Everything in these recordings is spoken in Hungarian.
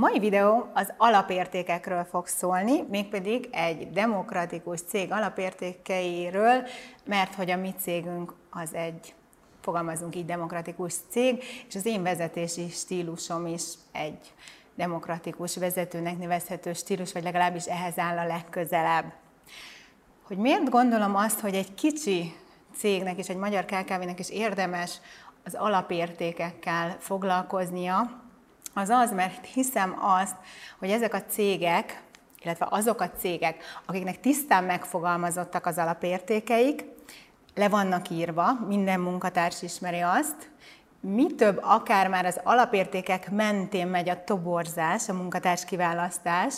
mai videó az alapértékekről fog szólni, mégpedig egy demokratikus cég alapértékeiről, mert hogy a mi cégünk az egy, fogalmazunk így, demokratikus cég, és az én vezetési stílusom is egy demokratikus vezetőnek nevezhető stílus, vagy legalábbis ehhez áll a legközelebb. Hogy miért gondolom azt, hogy egy kicsi cégnek és egy magyar KKV-nek is érdemes az alapértékekkel foglalkoznia, az az, mert hiszem azt, hogy ezek a cégek, illetve azok a cégek, akiknek tisztán megfogalmazottak az alapértékeik, le vannak írva, minden munkatárs ismeri azt, mi több, akár már az alapértékek mentén megy a toborzás, a munkatárs kiválasztás,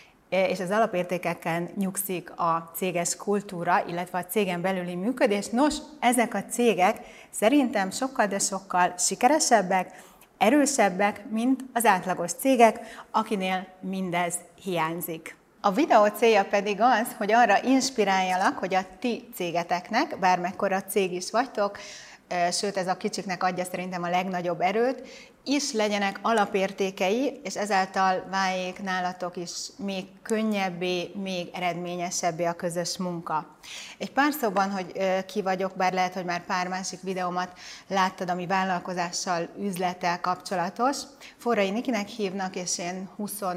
és az alapértékeken nyugszik a céges kultúra, illetve a cégen belüli működés. Nos, ezek a cégek szerintem sokkal, de sokkal sikeresebbek, erősebbek, mint az átlagos cégek, akinél mindez hiányzik. A videó célja pedig az, hogy arra inspiráljalak, hogy a ti cégeteknek, bármekkora cég is vagytok, sőt ez a kicsiknek adja szerintem a legnagyobb erőt, is legyenek alapértékei, és ezáltal váljék nálatok is még könnyebbé, még eredményesebbé a közös munka. Egy pár szóban, hogy ki vagyok, bár lehet, hogy már pár másik videómat láttad, ami vállalkozással, üzlettel kapcsolatos. Forrai Nikinek hívnak, és én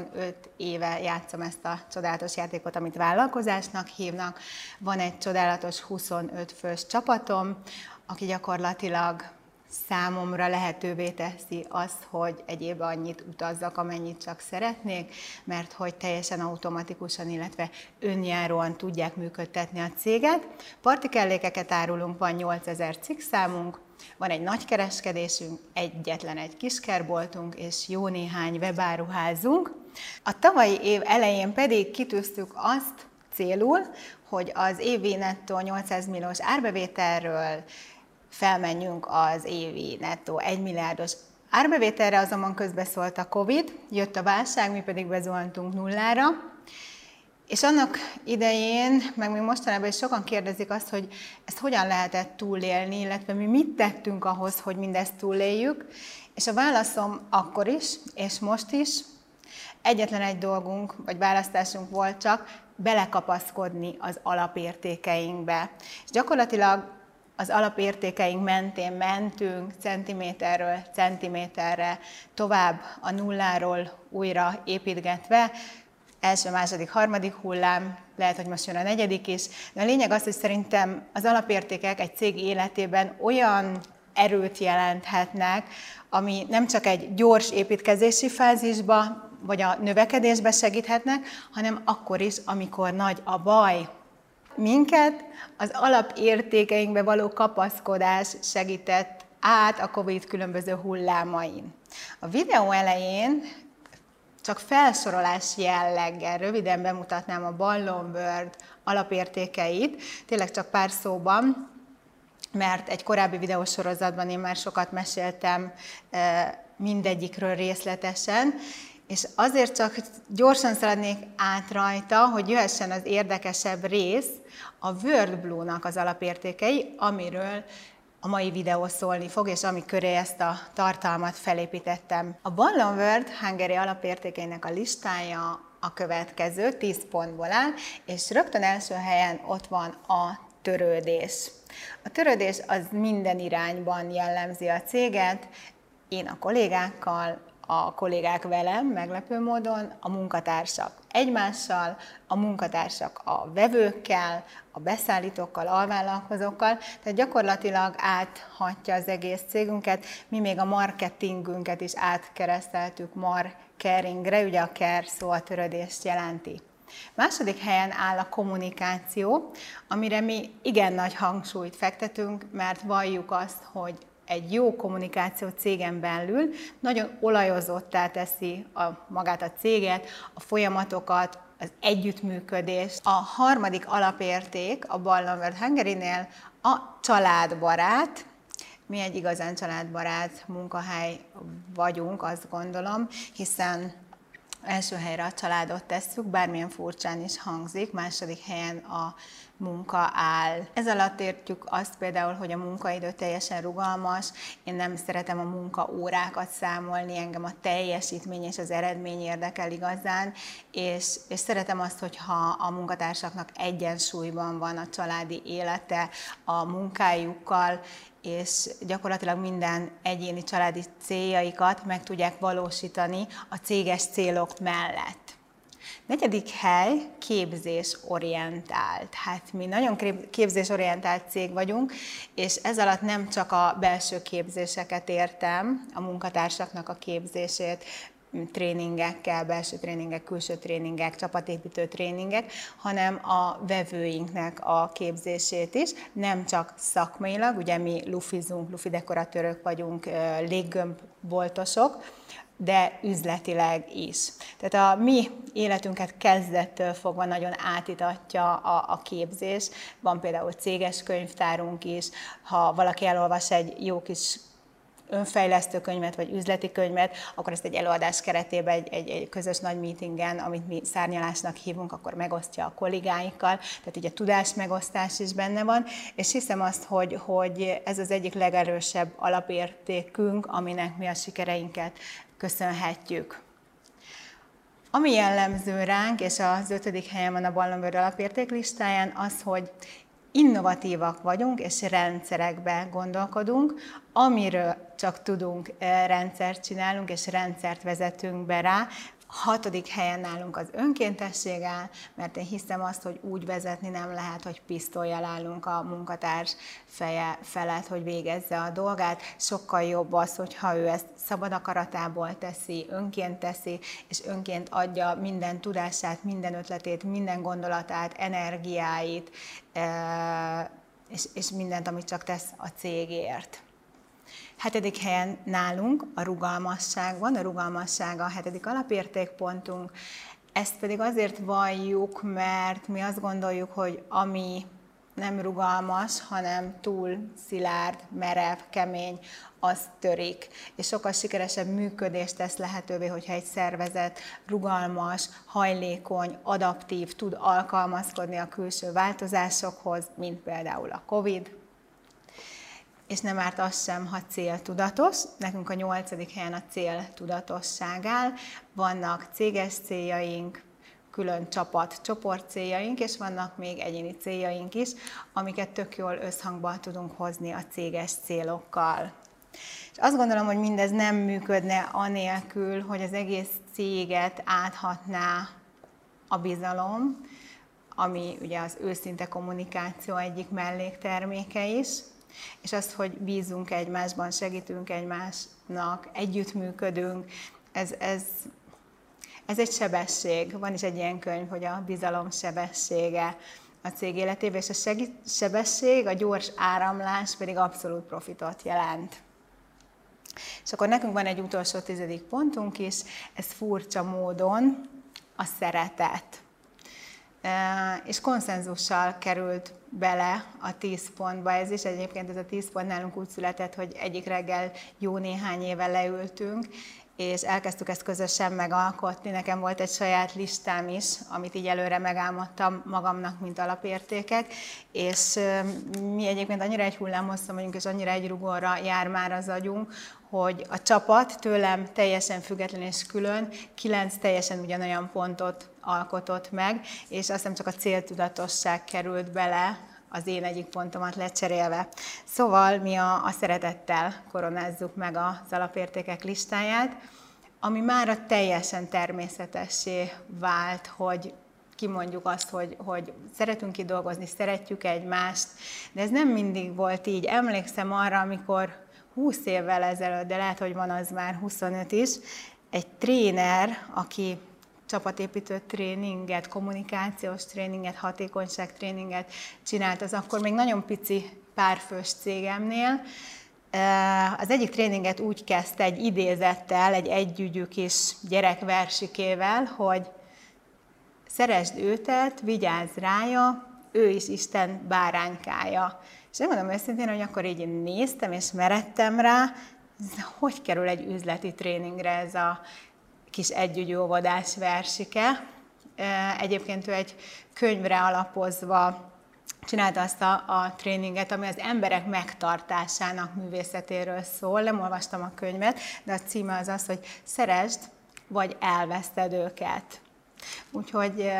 25 éve játszom ezt a csodálatos játékot, amit vállalkozásnak hívnak. Van egy csodálatos 25 fős csapatom, aki gyakorlatilag számomra lehetővé teszi azt, hogy egy évben annyit utazzak, amennyit csak szeretnék, mert hogy teljesen automatikusan, illetve önjáróan tudják működtetni a céget. Partikellékeket árulunk, van 8000 cikkszámunk, van egy nagy kereskedésünk, egyetlen egy kiskerboltunk és jó néhány webáruházunk. A tavalyi év elején pedig kitűztük azt célul, hogy az évi nettó 800 milliós árbevételről felmenjünk az évi nettó 1 milliárdos árbevételre, azonban közbeszólt a Covid, jött a válság, mi pedig bezuhantunk nullára. És annak idején, meg még mostanában is sokan kérdezik azt, hogy ezt hogyan lehetett túlélni, illetve mi mit tettünk ahhoz, hogy mindezt túléljük. És a válaszom akkor is, és most is, egyetlen egy dolgunk, vagy választásunk volt csak, belekapaszkodni az alapértékeinkbe. És gyakorlatilag az alapértékeink mentén mentünk centiméterről centiméterre, tovább a nulláról újra építgetve, első, második, harmadik hullám, lehet, hogy most jön a negyedik is, de a lényeg az, hogy szerintem az alapértékek egy cég életében olyan erőt jelenthetnek, ami nem csak egy gyors építkezési fázisba, vagy a növekedésbe segíthetnek, hanem akkor is, amikor nagy a baj. Minket az alapértékeinkbe való kapaszkodás segített át a Covid különböző hullámain. A videó elején csak felsorolás jelleggel röviden bemutatnám a Ballon World alapértékeit, tényleg csak pár szóban, mert egy korábbi videósorozatban én már sokat meséltem mindegyikről részletesen, és azért csak gyorsan szaladnék át rajta, hogy jöhessen az érdekesebb rész, a World Blue-nak az alapértékei, amiről a mai videó szólni fog, és ami köré ezt a tartalmat felépítettem. A Ballon World Hungary alapértékeinek a listája a következő, 10 pontból áll, és rögtön első helyen ott van a törődés. A törődés az minden irányban jellemzi a céget, én a kollégákkal, a kollégák velem, meglepő módon, a munkatársak egymással, a munkatársak a vevőkkel, a beszállítókkal, alvállalkozókkal, tehát gyakorlatilag áthatja az egész cégünket, mi még a marketingünket is átkereszteltük marketingre, ugye a care szó a törődést jelenti. Második helyen áll a kommunikáció, amire mi igen nagy hangsúlyt fektetünk, mert valljuk azt, hogy egy jó kommunikáció cégen belül nagyon olajozottá teszi magát a céget, a folyamatokat, az együttműködést. A harmadik alapérték a Ballon World Hungary-nél a családbarát. Mi egy igazán családbarát munkahely vagyunk, azt gondolom, hiszen Első helyre a családot tesszük, bármilyen furcsán is hangzik, második helyen a munka áll. Ez alatt értjük azt például, hogy a munkaidő teljesen rugalmas, én nem szeretem a munkaórákat számolni, engem a teljesítmény és az eredmény érdekel igazán, és szeretem azt, hogyha a munkatársaknak egyensúlyban van a családi élete a munkájukkal, és gyakorlatilag minden egyéni családi céljaikat meg tudják valósítani a céges célok mellett. Negyedik hely, képzésorientált. Hát mi nagyon képzésorientált cég vagyunk, és ez alatt nem csak a belső képzéseket értem, a munkatársaknak a képzését, tréningekkel, belső tréningek, külső tréningek, csapatépítő tréningek, hanem a vevőinknek a képzését is, nem csak szakmailag, ugye mi lufizunk, lufidekoratőrök vagyunk, léggömbboltosok, de üzletileg is. Tehát a mi életünket kezdettől fogva nagyon átítatja a képzés. Van például céges könyvtárunk is, ha valaki elolvas egy jó kis önfejlesztő könyvet, vagy üzleti könyvet, akkor ezt egy előadás keretében, egy közös nagy meetingen, amit mi szárnyalásnak hívunk, akkor megosztja a kollégáikkal, tehát ugye a tudásmegosztás is benne van, és hiszem azt, hogy ez az egyik legerősebb alapértékünk, aminek mi a sikereinket köszönhetjük. Ami jellemző ránk, és az 5. helyen van a Ballon d'Or alapérték listáján, az, hogy innovatívak vagyunk, és rendszerekbe gondolkodunk, amiről csak tudunk, rendszert csinálunk, és rendszert vezetünk be rá. A 6. helyen nálunk az önkéntesség áll, mert én hiszem azt, hogy úgy vezetni nem lehet, hogy pisztollyal állunk a munkatárs feje felett, hogy végezze a dolgát. Sokkal jobb az, hogyha ő ezt szabad akaratából teszi, önként teszi, és önként adja minden tudását, minden ötletét, minden gondolatát, energiáit, és mindent, amit csak tesz a cégért. 7. helyen nálunk a rugalmasság van, a rugalmasság a 7. alapértékpontunk. Ezt pedig azért valljuk, mert mi azt gondoljuk, hogy ami nem rugalmas, hanem túl szilárd, merev, kemény, az törik. És sokkal sikeresebb működést tesz lehetővé, hogyha egy szervezet rugalmas, hajlékony, adaptív, tud alkalmazkodni a külső változásokhoz, mint például a Covid. És nem árt az sem, ha céltudatos. Nekünk a 8. helyen a céltudatosság áll. Vannak céges céljaink, külön csoport céljaink, és vannak még egyéni céljaink is, amiket tök jól összhangba tudunk hozni a céges célokkal. És azt gondolom, hogy mindez nem működne anélkül, hogy az egész céget áthatná a bizalom, ami ugye az őszinte kommunikáció egyik mellékterméke is, és azt, hogy bízunk egymásban, segítünk egymásnak, együttműködünk, ez egy sebesség. Van is egy ilyen könyv, hogy a bizalom sebessége a cég életében, és a sebesség, a gyors áramlás pedig abszolút profitot jelent. És akkor nekünk van egy utolsó 10. pontunk is, ez furcsa módon a szeretet. És konszenzussal került bele a 10 pontba ez is. Egyébként ez a 10 pont nálunk úgy született, hogy egyik reggel jó néhány éve leültünk, és elkezdtük ezt közösen megalkotni. Nekem volt egy saját listám is, amit így előre megálmodtam magamnak, mint alapértékek, és mi egyébként annyira egy hullámhosszon vagyunk, és annyira egy rugóra jár már az agyunk, hogy a csapat tőlem teljesen független és külön 9 teljesen ugyanolyan pontot alkotott meg, és azt hiszem csak a céltudatosság került bele, az én egyik pontomat lecserélve. Szóval mi a szeretettel koronázzuk meg az alapértékek listáját, ami mára teljesen természetessé vált, hogy kimondjuk azt, hogy szeretünk itt dolgozni, szeretjük egymást, de ez nem mindig volt így. Emlékszem arra, amikor 20 évvel ezelőtt, de lehet, hogy van az már 25 is, egy tréner, aki csapatépítő tréninget, kommunikációs tréninget, hatékonyságtréninget csinált az akkor még nagyon pici párfős cégemnél. Az egyik tréninget úgy kezdte egy idézettel, egy együgyű kis gyerekversikével, hogy szeresd őtet, vigyázz rája, ő is Isten báránykája. És én mondom őszintén, hogy akkor így néztem és meredtem rá, hogy kerül egy üzleti tréningre ez a kis együgyű óvodás versike. Egyébként ő egy könyvre alapozva csinálta azt a tréninget, ami az emberek megtartásának művészetéről szól. Nem olvastam a könyvet, de a címe az az, hogy szeresd, vagy elveszted őket. Úgyhogy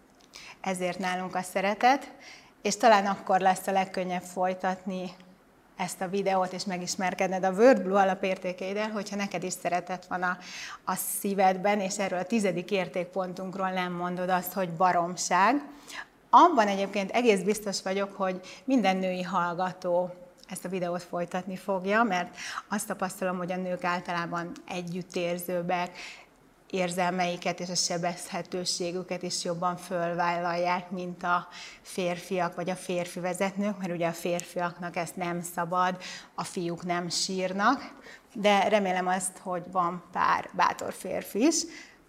ezért nálunk a szeretet, és talán akkor lesz a legkönnyebb folytatni ezt a videót, és megismerkedned a WordBlue alapértékeiddel, hogyha neked is szeretet van a szívedben, és erről a 10. értékpontunkról nem mondod azt, hogy baromság. Abban egyébként egész biztos vagyok, hogy minden női hallgató ezt a videót folytatni fogja, mert azt tapasztalom, hogy a nők általában együttérzőbbek, érzelmeiket és a sebezhetőségüket is jobban fölvállalják, mint a férfiak vagy a férfi vezetők, mert ugye a férfiaknak ezt nem szabad, a fiúk nem sírnak, de remélem azt, hogy van pár bátor férfi is,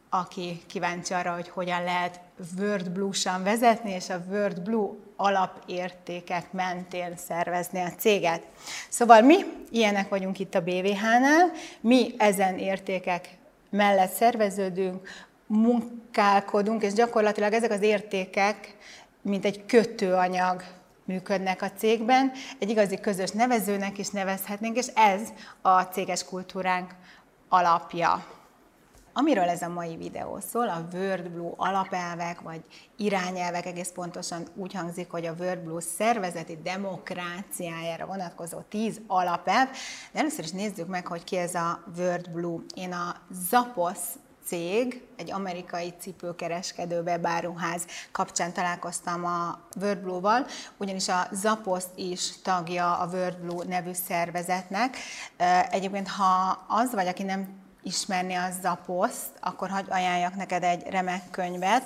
aki kíváncsi arra, hogy hogyan lehet WordBlue-san vezetni, és a WordBlue alapértékek mentén szervezni a céget. Szóval mi ilyenek vagyunk itt a BVH-nál, mi ezen értékek mellett szerveződünk, munkálkodunk, és gyakorlatilag ezek az értékek, mint egy kötőanyag működnek a cégben, egy igazi közös nevezőnek is nevezhetnénk, és ez a céges kultúránk alapja. Amiről ez a mai videó szól, a WordBlue alapelvek, vagy irányelvek, egész pontosan úgy hangzik, hogy a WordBlue szervezeti demokráciájára vonatkozó 10 alapelv. De először is nézzük meg, hogy ki ez a WordBlue. Én a Zappos cég, egy amerikai cipőkereskedő webáruház kapcsán találkoztam a WordBlue-val, ugyanis a Zappos is tagja a WordBlue nevű szervezetnek. Egyébként, ha az vagy, aki nem ismerni a Zapposzt, akkor hadd ajánljak neked egy remek könyvet.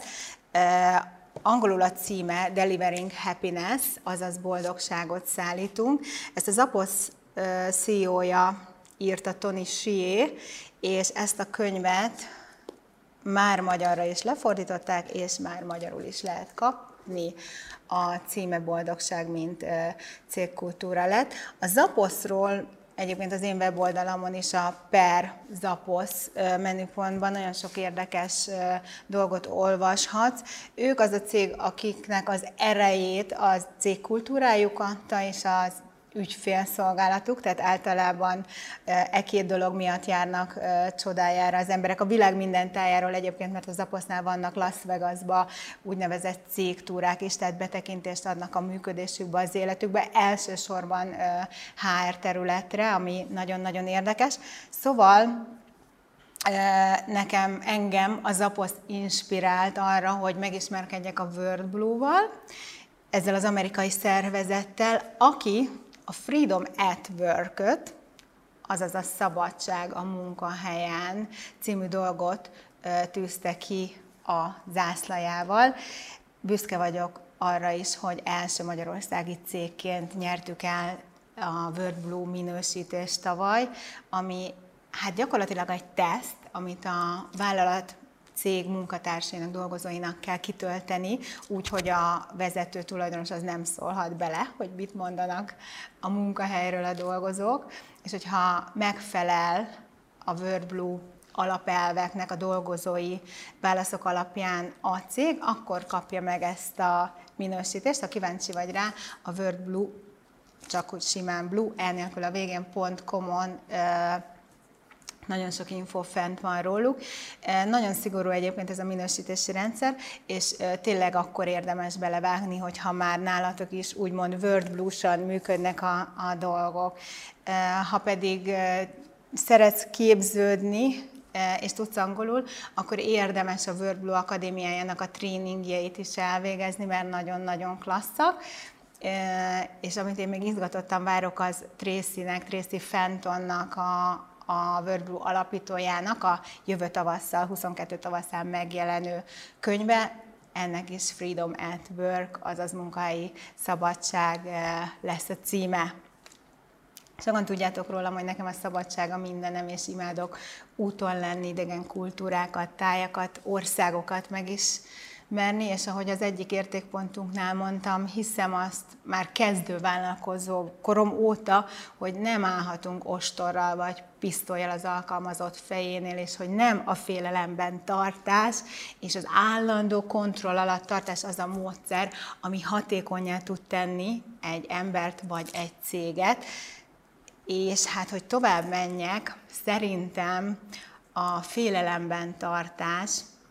Angolul a címe Delivering Happiness, azaz boldogságot szállítunk. Ezt a Zappos CEO-ja írta, Tony Hsieh, és ezt a könyvet már magyarra is lefordították, és már magyarul is lehet kapni. A címe Boldogság, mint cégkultúra lett. A Zapposról egyébként az én weboldalamon is a Per Zappos menüpontban nagyon sok érdekes dolgot olvashatsz. Ők az a cég, akiknek az erejét az cégkultúrájuk adta, és az ügyfélszolgálatuk, tehát általában két dolog miatt járnak csodájára az emberek a világ minden tájáról egyébként, mert a Zapposnál vannak Las Vegasba úgynevezett cégtúrák is, tehát betekintést adnak a működésükbe, az életükbe, elsősorban HR területre, ami nagyon-nagyon érdekes. Szóval engem a Zappos inspirált arra, hogy megismerkedjek a WordBlue-val, ezzel az amerikai szervezettel, aki a Freedom at Work-öt, azaz a szabadság a munkahelyen című dolgot tűzte ki a zászlajával. Büszke vagyok arra is, hogy első magyarországi cégként nyertük el a WordBlue minősítést tavaly, ami hát gyakorlatilag egy teszt, amit a vállalat cég munkatársainak, dolgozóinak kell kitölteni, úgyhogy a vezető tulajdonos az nem szólhat bele, hogy mit mondanak a munkahelyről a dolgozók, és hogyha megfelel a WordBlue alapelveknek a dolgozói válaszok alapján a cég, akkor kapja meg ezt a minősítést. Ha kíváncsi vagy rá, a WordBlue, csak úgy simán blue, elnélkül a végén.com-on nagyon sok info fent van róluk. Nagyon szigorú egyébként ez a minősítési rendszer, és tényleg akkor érdemes belevágni, hogyha már nálatok is úgymond WordBlue-san működnek a dolgok. Ha pedig szeretsz képződni, és tudsz angolul, akkor érdemes a WordBlue Akadémiájának a tréningjeit is elvégezni, mert nagyon-nagyon klasszak. És amit én még izgatottan várok, az Tracy Fentonnak, a WordBlue alapítójának a jövő tavasszal, 22 tavaszán megjelenő könyve, ennek is Freedom at Work, azaz munkahelyi szabadság lesz a címe. Sokan tudjátok rólam, hogy nekem a szabadság a mindenem, és imádok úton lenni, idegen kultúrákat, tájakat, országokat merni, és ahogy az egyik értékpontunknál mondtam, hiszem azt már kezdő vállalkozó korom óta, hogy nem állhatunk ostorral vagy pisztollyal az alkalmazott fejénél, és hogy nem a félelemben tartás és az állandó kontroll alatt tartás az a módszer, ami hatékonnyá tud tenni egy embert vagy egy céget. És hát, hogy tovább menjek, szerintem a félelemben tartás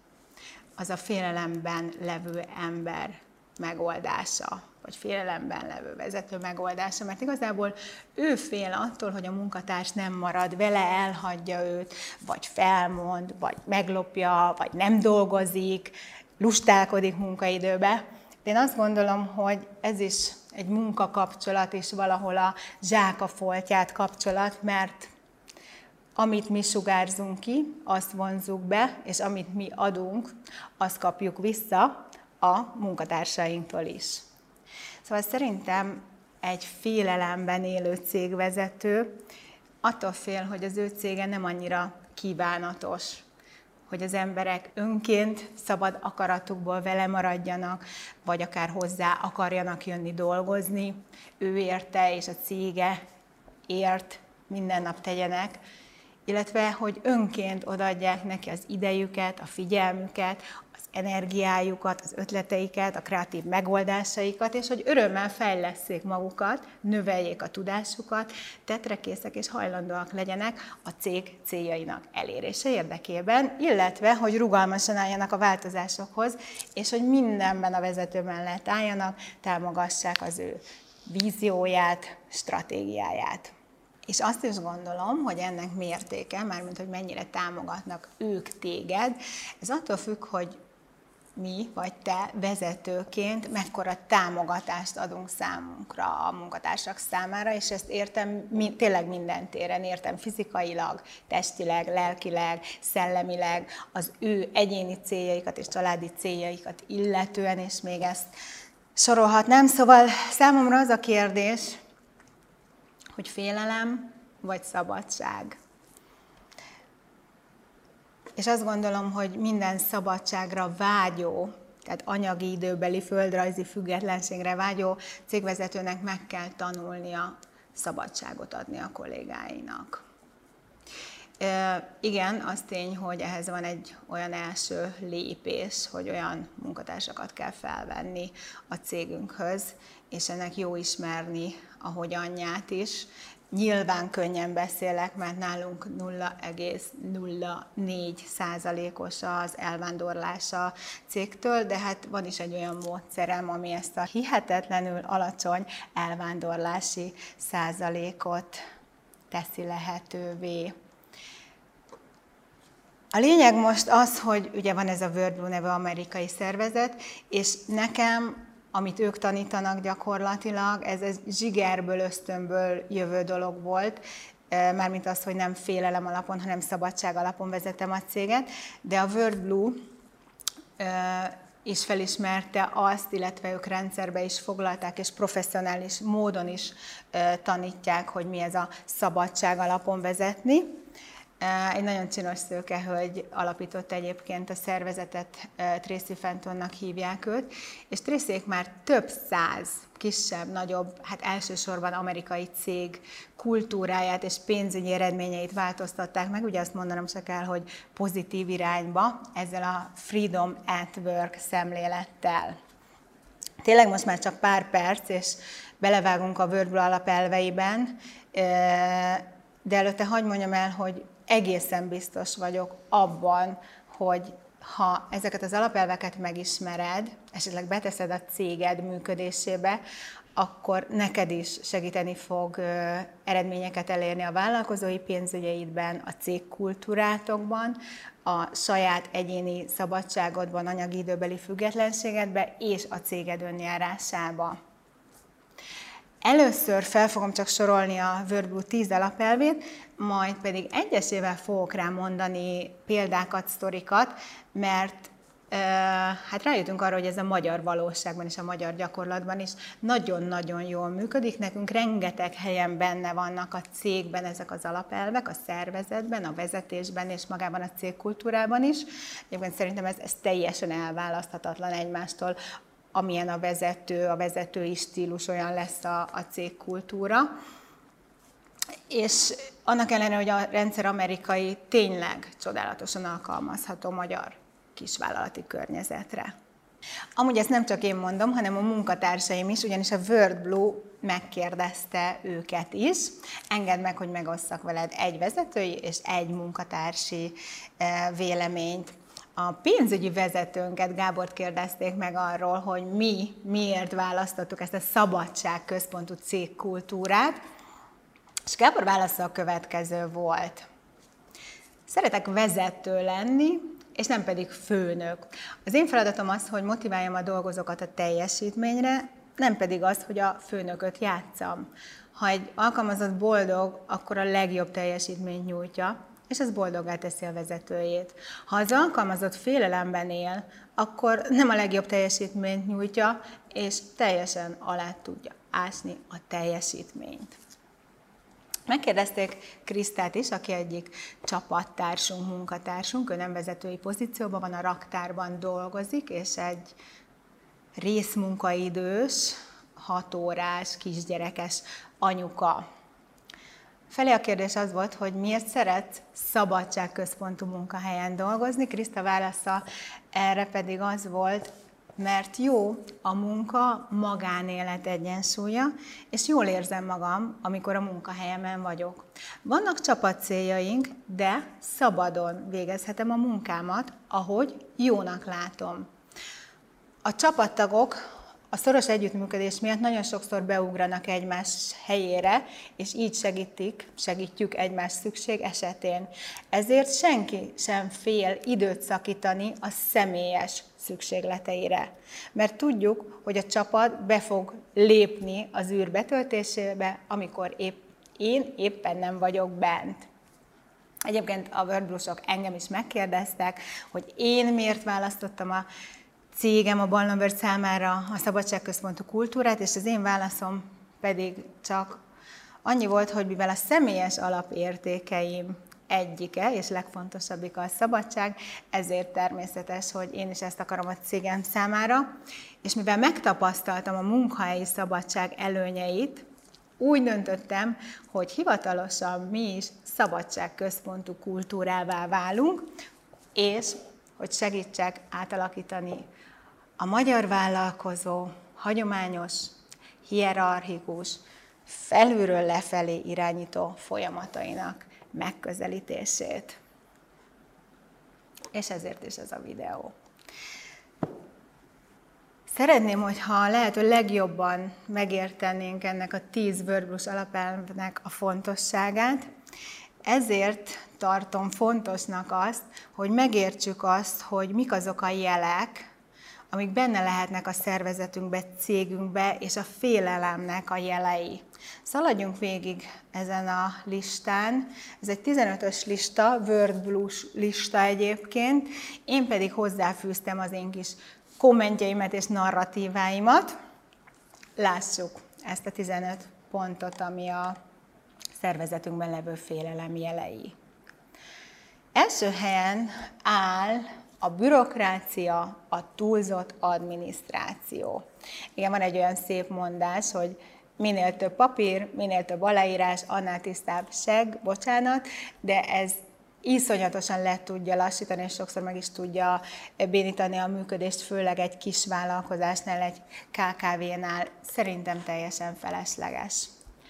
az a félelemben levő ember megoldása, vagy félelemben levő vezető megoldása, mert igazából ő fél attól, hogy a munkatárs nem marad vele, elhagyja őt, vagy felmond, vagy meglopja, vagy nem dolgozik, lustálkodik munkaidőbe. De én azt gondolom, hogy ez is egy munkakapcsolat, és valahol a zsák a foltját kapcsolat, mert amit mi sugárzunk ki, azt vonzzuk be, és amit mi adunk, azt kapjuk vissza a munkatársainktól is. Szóval szerintem egy félelemben élő cégvezető attól fél, hogy az ő cége nem annyira kívánatos, hogy az emberek önként szabad akaratukból vele maradjanak, vagy akár hozzá akarjanak jönni dolgozni, ő érte és a cége ért minden nap tegyenek, illetve hogy önként odaadják neki az idejüket, a figyelmüket, az energiájukat, az ötleteiket, a kreatív megoldásaikat, és hogy örömmel fejlesszék magukat, növeljék a tudásukat, tetrekészek és hajlandóak legyenek a cég céljainak elérése érdekében, illetve hogy rugalmasan álljanak a változásokhoz, és hogy mindenben a vezető mellett álljanak, támogassák az ő vízióját, stratégiáját. És azt is gondolom, hogy ennek mértéke, mármint hogy mennyire támogatnak ők téged, ez attól függ, hogy mi vagy te vezetőként mekkora támogatást adunk számunkra a munkatársak számára, és ezt értem tényleg minden téren, értem fizikailag, testileg, lelkileg, szellemileg, az ő egyéni céljaikat és családi céljaikat illetően, és még ezt sorolhatnám. Szóval számomra az a kérdés, hogy félelem vagy szabadság. És azt gondolom, hogy minden szabadságra vágyó, tehát anyagi időbeli, földrajzi függetlenségre vágyó cégvezetőnek meg kell tanulnia szabadságot adni a kollégáinak. Igen, az tény, hogy ehhez van egy olyan első lépés, hogy olyan munkatársakat kell felvenni a cégünkhöz, és ennek jó ismerni a hogyanját is. Nyilván könnyen beszélek, mert nálunk 0,04%-os az elvándorlás a cégtől, de hát van is egy olyan módszerem, ami ezt a hihetetlenül alacsony elvándorlási százalékot teszi lehetővé. A lényeg most az, hogy ugye van ez a WorldBlue nevű amerikai szervezet, és nekem, amit ők tanítanak gyakorlatilag, ez zsigerből, ösztönből jövő dolog volt, mármint az, hogy nem félelem alapon, hanem szabadság alapon vezetem a céget, de a WorldBlue is felismerte azt, illetve ők rendszerbe is foglalták, és professzionális módon is tanítják, hogy mi ez a szabadság alapon vezetni. Egy nagyon csinos szőkehölgy alapította egyébként a szervezetet, Tracy Fentonnak hívják őt, és Tracyék már több száz kisebb, nagyobb, hát elsősorban amerikai cég kultúráját és pénzügyi eredményeit változtatták meg. Ugye azt mondanom se kell, hogy pozitív irányba, ezzel a Freedom at Work szemlélettel. Tényleg most már csak pár perc, és belevágunk a WorldBlue alapelveiben, de előtte hadd mondjam el, hogy egészen biztos vagyok abban, hogy ha ezeket az alapelveket megismered, esetleg beteszed a céged működésébe, akkor neked is segíteni fog eredményeket elérni a vállalkozói pénzügyeidben, a cégkultúrátokban, a saját egyéni szabadságodban, anyagi időbeli függetlenségedben és a céged önjárásába. Először fel fogom csak sorolni a WorldBlue 10 alapelvét, majd pedig egyesével fogok rá mondani példákat, sztorikat, mert hát rájöttünk arra, hogy ez a magyar valóságban és a magyar gyakorlatban is nagyon-nagyon jól működik. Nekünk rengeteg helyen benne vannak a cégben ezek az alapelvek, a szervezetben, a vezetésben és magában a cégkultúrában is. Egyébként szerintem ez teljesen elválaszthatatlan egymástól, amilyen a vezetői stílus, olyan lesz a cégkultúra. És annak ellenére, hogy a rendszer amerikai tényleg csodálatosan alkalmazható magyar kisvállalati környezetre. Amúgy ezt nem csak én mondom, hanem a munkatársaim is, ugyanis a WordBlue megkérdezte őket is. Engedd meg, hogy megosszak veled egy vezetői és egy munkatársi véleményt. A pénzügyi vezetőnket, Gábort kérdezték meg arról, hogy miért választottuk ezt a szabadságközpontú cégkultúrát, és Gábor válasza a következő volt. Szeretek vezető lenni, és nem pedig főnök. Az én feladatom az, hogy motiváljam a dolgozókat a teljesítményre, nem pedig az, hogy a főnököt játsszam. Ha egy alkalmazott boldog, akkor a legjobb teljesítményt nyújtja, és ez boldoggá teszi a vezetőjét. Ha az alkalmazott félelemben él, akkor nem a legjobb teljesítményt nyújtja, és teljesen alá tudja ásni a teljesítményt. Megkérdezték Krisztát is, aki egyik csapattársunk, munkatársunk, ő nem vezetői pozícióban van, a raktárban dolgozik, és egy részmunkaidős, 6 órás, kisgyerekes anyuka. Felé a kérdés az volt, hogy miért szeret szabadságközpontú munkahelyen dolgozni. Kriszta válasza erre pedig az volt, mert jó a munka magánélet egyensúlya, és jól érzem magam, amikor a munkahelyemen vagyok. Vannak csapatcéljaink, de szabadon végezhetem a munkámat, ahogy jónak látom. A csapattagok a szoros együttműködés miatt nagyon sokszor beugranak egymás helyére, és így segítjük egymás szükség esetén. Ezért senki sem fél időt szakítani a személyes szükségleteire. Mert tudjuk, hogy a csapat be fog lépni az űr betöltésébe, amikor én éppen nem vagyok bent. Egyébként a WordBlue-sok engem is megkérdeztek, hogy én miért választottam a cégem, a Ballonbird számára a szabadságközpontú kultúrát, és az én válaszom pedig csak annyi volt, hogy mivel a személyes alapértékeim egyike, és legfontosabbik a szabadság, ezért természetes, hogy én is ezt akarom a cégem számára, és mivel megtapasztaltam a munkahelyi szabadság előnyeit, úgy döntöttem, hogy hivatalosan mi is szabadságközpontú kultúrává válunk, és hogy segítsek átalakítani a magyar vállalkozó, hagyományos, hierarchikus, felülről lefelé irányító folyamatainak megközelítését. És ezért is ez a videó. Szeretném, hogyha a lehető legjobban megértenénk ennek a 10 WordBlue alapelvnek a fontosságát, ezért tartom fontosnak azt, hogy megértsük azt, hogy mik azok a jelek, amik benne lehetnek a szervezetünkbe, cégünkbe, és a félelemnek a jelei. Szaladjunk végig ezen a listán. Ez egy 15-ös lista, WordBlue lista egyébként. Én pedig hozzáfűztem az én kis kommentjeimet és narratíváimat. Lássuk ezt a 15 pontot, ami a szervezetünkben levő félelem jelei. Első helyen áll a bürokrácia, a túlzott adminisztráció. Igen, van egy olyan szép mondás, hogy minél több papír, minél több aláírás, annál tisztább segg, bocsánat, de ez iszonyatosan le tudja lassítani, és sokszor meg is tudja bénítani a működést, főleg egy kis vállalkozásnál, egy KKV-nál. Szerintem teljesen felesleges.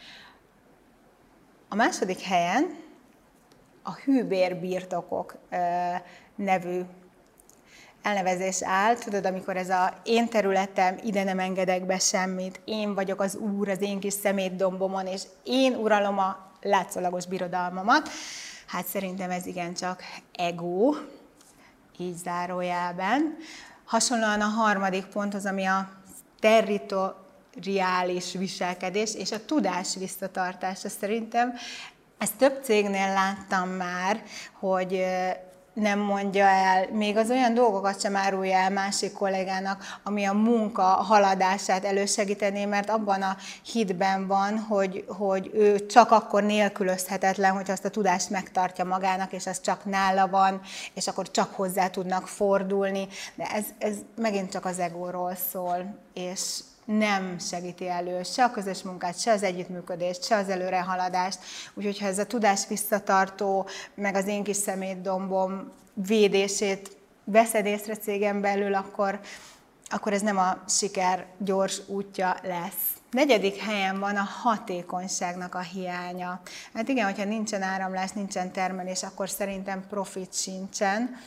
A második helyen a hűbérbirtokok nevű elnevezés áll. Tudod, amikor ez a én területem, ide nem engedek be semmit, én vagyok az úr az én kis szemétdombomon, és én uralom a látszólagos birodalmamat. Hát szerintem ez igencsak ego, így zárójelben. Hasonlóan a harmadik ponthoz, ami a territoriális viselkedés és a tudás visszatartása szerintem. Ezt több cégnél láttam már, hogy nem mondja el, még az olyan dolgokat sem árulja el másik kollégának, ami a munka haladását elősegítené, mert abban a hitben van, hogy ő csak akkor nélkülözhetetlen, hogy azt a tudást megtartja magának, és az csak nála van, és akkor csak hozzá tudnak fordulni. De ez megint csak az egóról szól, és nem segíti elő se a közös munkát, se az együttműködést, se az előrehaladást. Úgyhogy ha ez a tudás visszatartó, meg az én kis szemétdombom védését veszed észre cégen belül, akkor ez nem a siker gyors útja lesz. 4. helyen van a hatékonyságnak a hiánya. Hát igen, hogyha nincsen áramlás, nincsen termelés, akkor szerintem profit sincsen.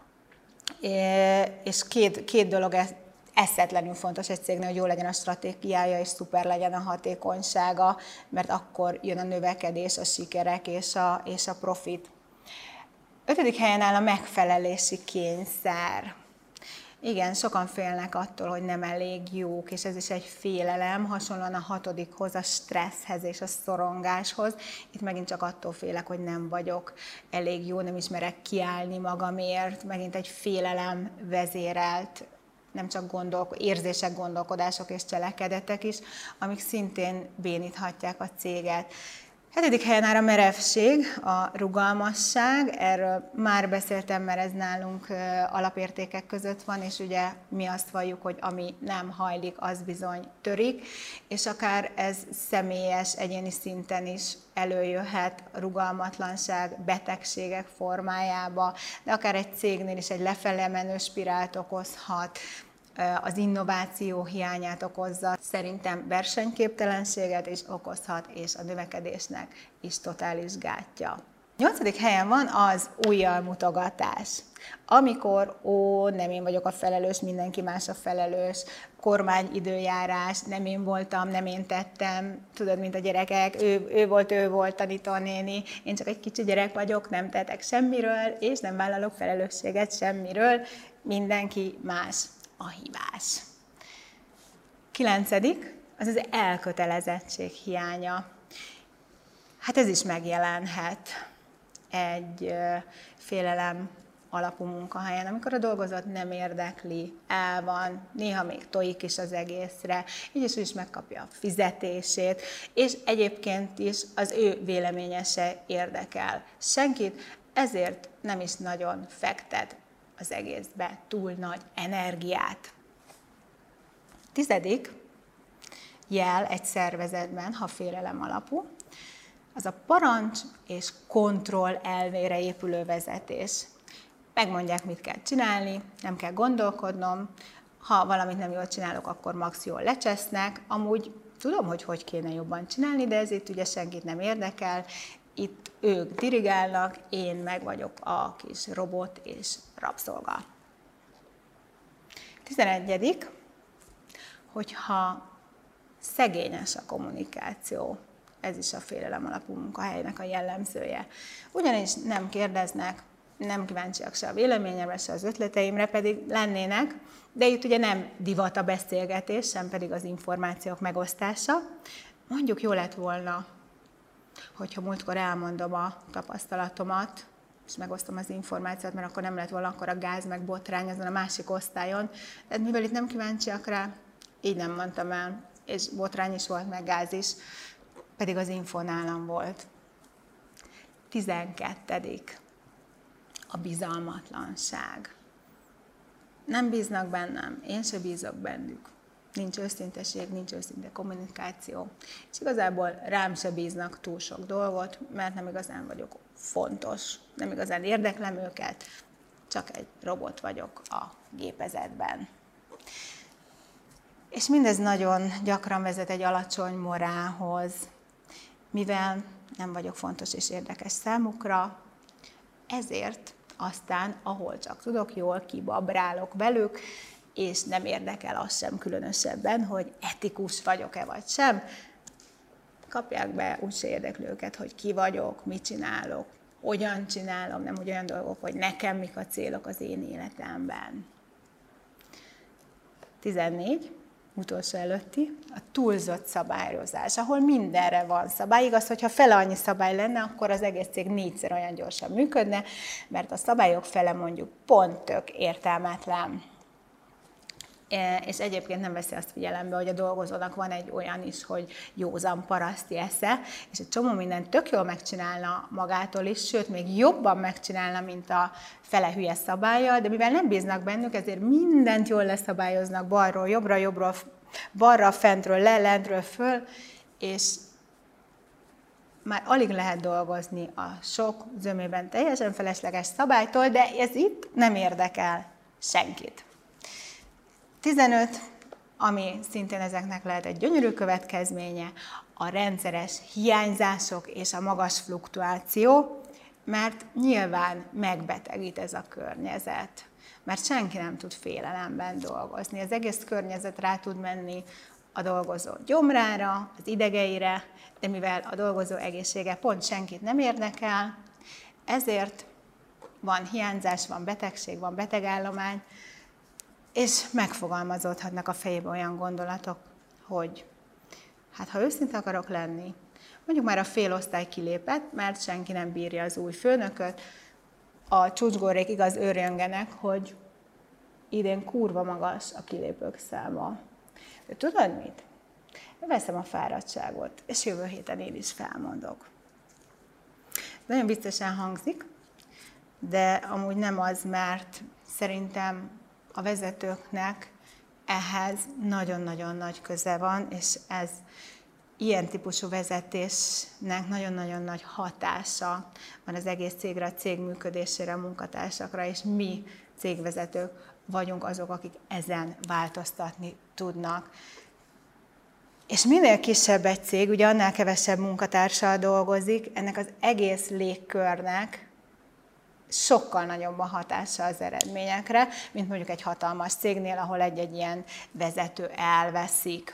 És két dolog eszetlenül fontos egy cégnél, hogy jó legyen a stratégiája, és szuper legyen a hatékonysága, mert akkor jön a növekedés, a sikerek és a profit. 5. helyen áll a megfelelési kényszer. Igen, sokan félnek attól, hogy nem elég jók, és ez is egy félelem, hasonlóan a 6-hoz, a stresszhez és a szorongáshoz. Itt megint csak attól félek, hogy nem vagyok elég jó, nem ismerek kiállni magamért, megint egy félelem vezérelt, nem csak érzések, gondolkodások és cselekedetek is, amik szintén béníthatják a céget. 7. helyen áll a merevség, a rugalmasság, erről már beszéltem, mert ez nálunk alapértékek között van, és ugye mi azt valljuk, hogy ami nem hajlik, az bizony törik, és akár ez személyes, egyéni szinten is előjöhet, rugalmatlanság, betegségek formájába, de akár egy cégnél is egy lefele menő spirált okozhat, az innováció hiányát okozza, szerintem versenyképtelenséget is okozhat, és a növekedésnek is totális gátja. 8. helyen van az ujjal mutogatás. Amikor, nem én vagyok a felelős, mindenki más a felelős, kormányidőjárás, nem én voltam, nem én tettem, tudod, mint a gyerekek, ő volt tanítónéni, én csak egy kicsi gyerek vagyok, nem tettek semmiről, és nem vállalok felelősséget semmiről, mindenki más a hibás. 9. az elkötelezettség hiánya. Hát ez is megjelenhet egy félelem alapú munkahelyen, amikor a dolgozat nem érdekli, el van, néha még tojik is az egészre, így is megkapja a fizetését, és egyébként is az ő véleménye se érdekel senkit, ezért nem is nagyon fektet az egészbe túl nagy energiát. 10. jel egy szervezetben, ha félelem alapú, az a parancs és kontroll elvére épülő vezetés. Megmondják, mit kell csinálni, nem kell gondolkodnom, ha valamit nem jól csinálok, akkor max jól lecsesznek, amúgy tudom, hogy kéne jobban csinálni, de ez itt ugye senkit nem érdekel, itt ők dirigálnak, én meg vagyok a kis robot és rabszolga. 11. hogyha szegényes a kommunikáció, ez is a félelem alapú munkahelynek a jellemzője. Ugyanis nem kérdeznek, nem kíváncsiak se a véleményemre, se az ötleteimre, pedig lennének, de itt ugye nem divat a beszélgetés, sem pedig az információk megosztása. Mondjuk jó lett volna, hogyha múltkor elmondom a tapasztalatomat, és megosztom az információt, mert akkor nem lett volna akkor a gáz meg botrány azon a másik osztályon. De mivel itt nem kíváncsiak rá, így nem mondtam el, és botrány is volt, meg gáz is, pedig az info nálam volt. 12. a bizalmatlanság. Nem bíznak bennem, én se bízok bennük. Nincs őszinteség, nincs őszinte kommunikáció. És igazából rám se bíznak túl sok dolgot, mert nem igazán vagyok fontos, nem igazán érdeklem őket, csak egy robot vagyok a gépezetben. És mindez nagyon gyakran vezet egy alacsony morálhoz, mivel nem vagyok fontos és érdekes számukra, ezért aztán, ahol csak tudok, jól kibabrálok velük, és nem érdekel az sem különösebben, hogy etikus vagyok-e vagy sem. Kapják be, úgyse érdekli őket, hogy ki vagyok, mit csinálok, hogyan csinálom, nem úgy olyan dolgok, hogy nekem mik a célok az én életemben. 14. utolsó előtti, a túlzott szabályozás, ahol mindenre van szabály. Igaz, hogyha fele annyi szabály lenne, akkor az egész cég 4-szer olyan gyorsan működne, mert a szabályok fele mondjuk pont tök értelmetlen. És egyébként nem veszi azt figyelembe, hogy a dolgozónak van egy olyan is, hogy józan paraszti esze, és egy csomó mindent tök jól megcsinálna magától is, sőt, még jobban megcsinálna, mint a fele hülye szabállyal, de mivel nem bíznak bennük, ezért mindent jól leszabályoznak balról, jobbról, balra, fentről, lentről, föl, és már alig lehet dolgozni a sok zömében teljesen felesleges szabálytól, de ez itt nem érdekel senkit. 15, ami szintén ezeknek lehet egy gyönyörű következménye, a rendszeres hiányzások és a magas fluktuáció, mert nyilván megbetegít ez a környezet, mert senki nem tud félelemben dolgozni. Az egész környezet rá tud menni a dolgozó gyomrára, az idegeire, de mivel a dolgozó egészsége pont senkit nem érdekel, ezért van hiányzás, van betegség, van betegállomány, és megfogalmazódhatnak a fejében olyan gondolatok, hogy hát ha őszinte akarok lenni, mondjuk már a fél osztály kilépett, mert senki nem bírja az új főnököt, a csúcsgórék igaz őrjöngenek, hogy idén kurva magas a kilépők száma. De tudod mit? Veszem a fáradtságot, és jövő héten én is felmondok. Nagyon biztosan hangzik, de amúgy nem az, mert szerintem a vezetőknek ehhez nagyon-nagyon nagy köze van, és ez ilyen típusú vezetésnek nagyon-nagyon nagy hatása van az egész cégre, a cég működésére, a munkatársakra, és mi cégvezetők vagyunk azok, akik ezen változtatni tudnak. És minél kisebb egy cég, ugye annál kevesebb munkatársal dolgozik, ennek az egész légkörnek sokkal nagyobb a hatása az eredményekre, mint mondjuk egy hatalmas cégnél, ahol egy-egy ilyen vezető elveszik.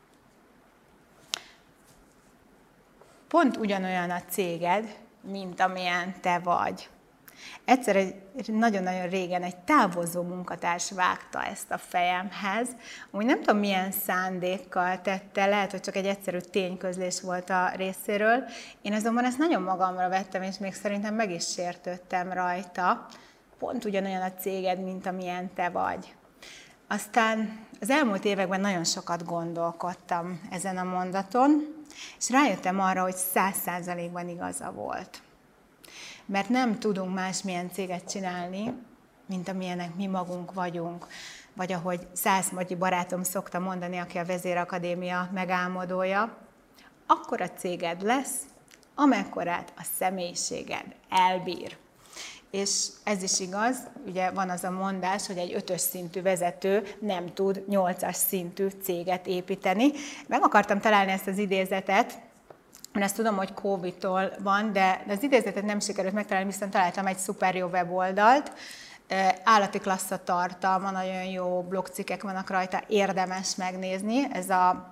Pont ugyanolyan a céged, mint amilyen te vagy. Egyszer nagyon-nagyon régen egy távozó munkatárs vágta ezt a fejemhez. Úgy nem tudom, milyen szándékkal tette, lehet, hogy csak egy egyszerű tényközlés volt a részéről. Én azonban ezt nagyon magamra vettem, és még szerintem meg is sértődtem rajta. Pont ugyanolyan a céged, mint amilyen te vagy. Aztán az elmúlt években nagyon sokat gondolkodtam ezen a mondaton, és rájöttem arra, hogy 100%-ban igaza volt. Mert nem tudunk másmilyen céget csinálni, mint amilyenek mi magunk vagyunk. Vagy ahogy Szász Matyi barátom szokta mondani, aki a Vezérakadémia megálmodója, akkora céged lesz, amekkorát a személyiséged elbír. És ez is igaz, ugye van az a mondás, hogy egy 5-ös szintű vezető nem tud 8-as szintű céget építeni. Meg akartam találni ezt az idézetet, mert ezt tudom, hogy Covid-tól van, de az idézetet nem sikerült megtalálni, viszont találtam egy szuper jó weboldalt, állati klassz a tartalma, nagyon jó blogcikkek vannak rajta, érdemes megnézni, ez a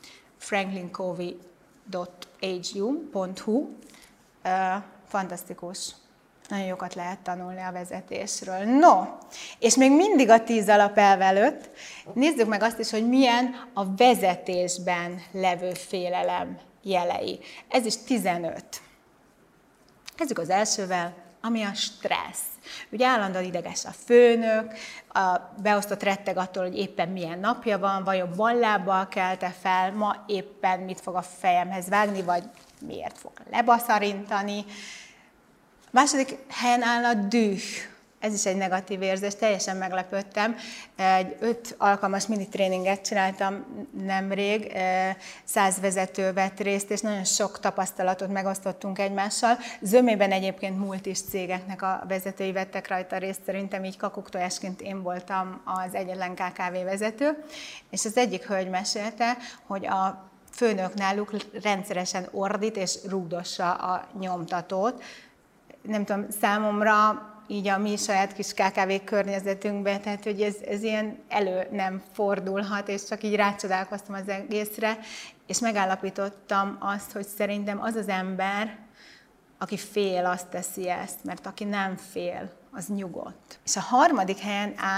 franklincovey.hu, fantasztikus. Nagyon jókat lehet tanulni a vezetésről. No, és még mindig a 10 alapelv előtt nézzük meg azt is, hogy milyen a vezetésben levő félelem jelei. Ez is 15. Kezdjük az elsővel, ami a stressz. Ugye állandóan ideges a főnök, a beosztott retteg attól, hogy éppen milyen napja van, vajon ballábbal kelte fel, ma éppen mit fog a fejemhez vágni, vagy miért fog lebaszarintani. Második helyen áll a düh. Ez is egy negatív érzés, teljesen meglepődtem. Egy 5 alkalmas mini tréninget csináltam nemrég, 100 vezető vett részt, és nagyon sok tapasztalatot megosztottunk egymással. Zömében egyébként multis cégeknek a vezetői vettek rajta részt, szerintem így kakuktojásként én voltam az egyetlen KKV vezető, és az egyik hölgy mesélte, hogy a főnök náluk rendszeresen ordít és rúgdossa a nyomtatót. Nem tudom, számomra így a mi saját kis KKV környezetünkben, tehát hogy ez ilyen elő nem fordulhat, és csak így rácsodálkoztam az egészre, és megállapítottam azt, hogy szerintem az az ember, aki fél, azt teszi ezt, mert aki nem fél, az nyugodt. És a harmadik helyen áll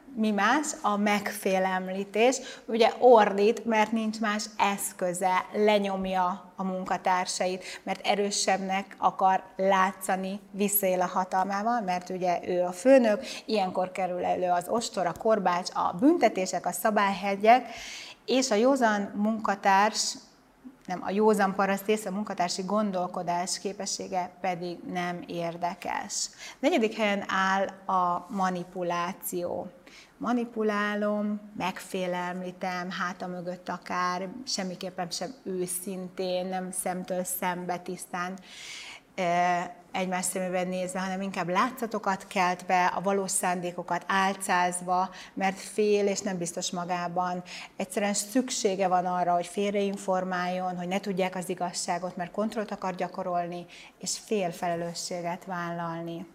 Mi más? A megfélemlítés. Ugye ordít, mert nincs más eszköze, lenyomja a munkatársait, mert erősebbnek akar látszani, visszaél a hatalmával, mert ugye ő a főnök, ilyenkor kerül elő az ostor, a korbács, a büntetések, a szabályhegyek, és a józan munkatárs, nem, a józan parasztész, a munkatársi gondolkodás képessége pedig nem érdekes. 4. helyen áll a manipuláció. Manipulálom, megfélemlítem, háta mögött akár, semmiképpen sem őszintén, nem szemtől szembe tisztán egymás szemében nézve, hanem inkább látszatokat kelt be, a valós szándékokat álcázva, mert fél és nem biztos magában. Egyszerűen szüksége van arra, hogy félreinformáljon, hogy ne tudják az igazságot, mert kontrollt akar gyakorolni, és fél felelősséget vállalni.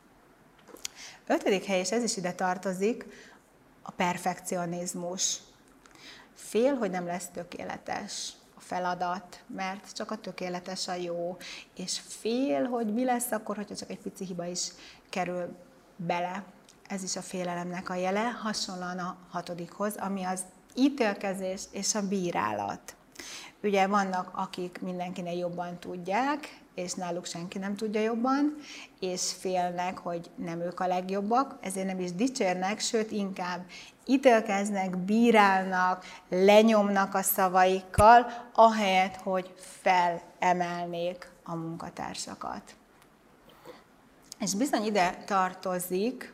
5. hely, és ez is ide tartozik, a perfekcionizmus. Fél, hogy nem lesz tökéletes a feladat, mert csak a tökéletes a jó, és fél, hogy mi lesz akkor, hogyha csak egy pici hiba is kerül bele. Ez is a félelemnek a jele, hasonlóan a 6-hoz, ami az ítélkezés és a bírálat. Ugye vannak, akik mindenkinél jobban tudják, és náluk senki nem tudja jobban, és félnek, hogy nem ők a legjobbak, ezért nem is dicsérnek, sőt inkább ítélkeznek, bírálnak, lenyomnak a szavaikkal, ahelyett, hogy felemelnék a munkatársakat. És bizony ide tartozik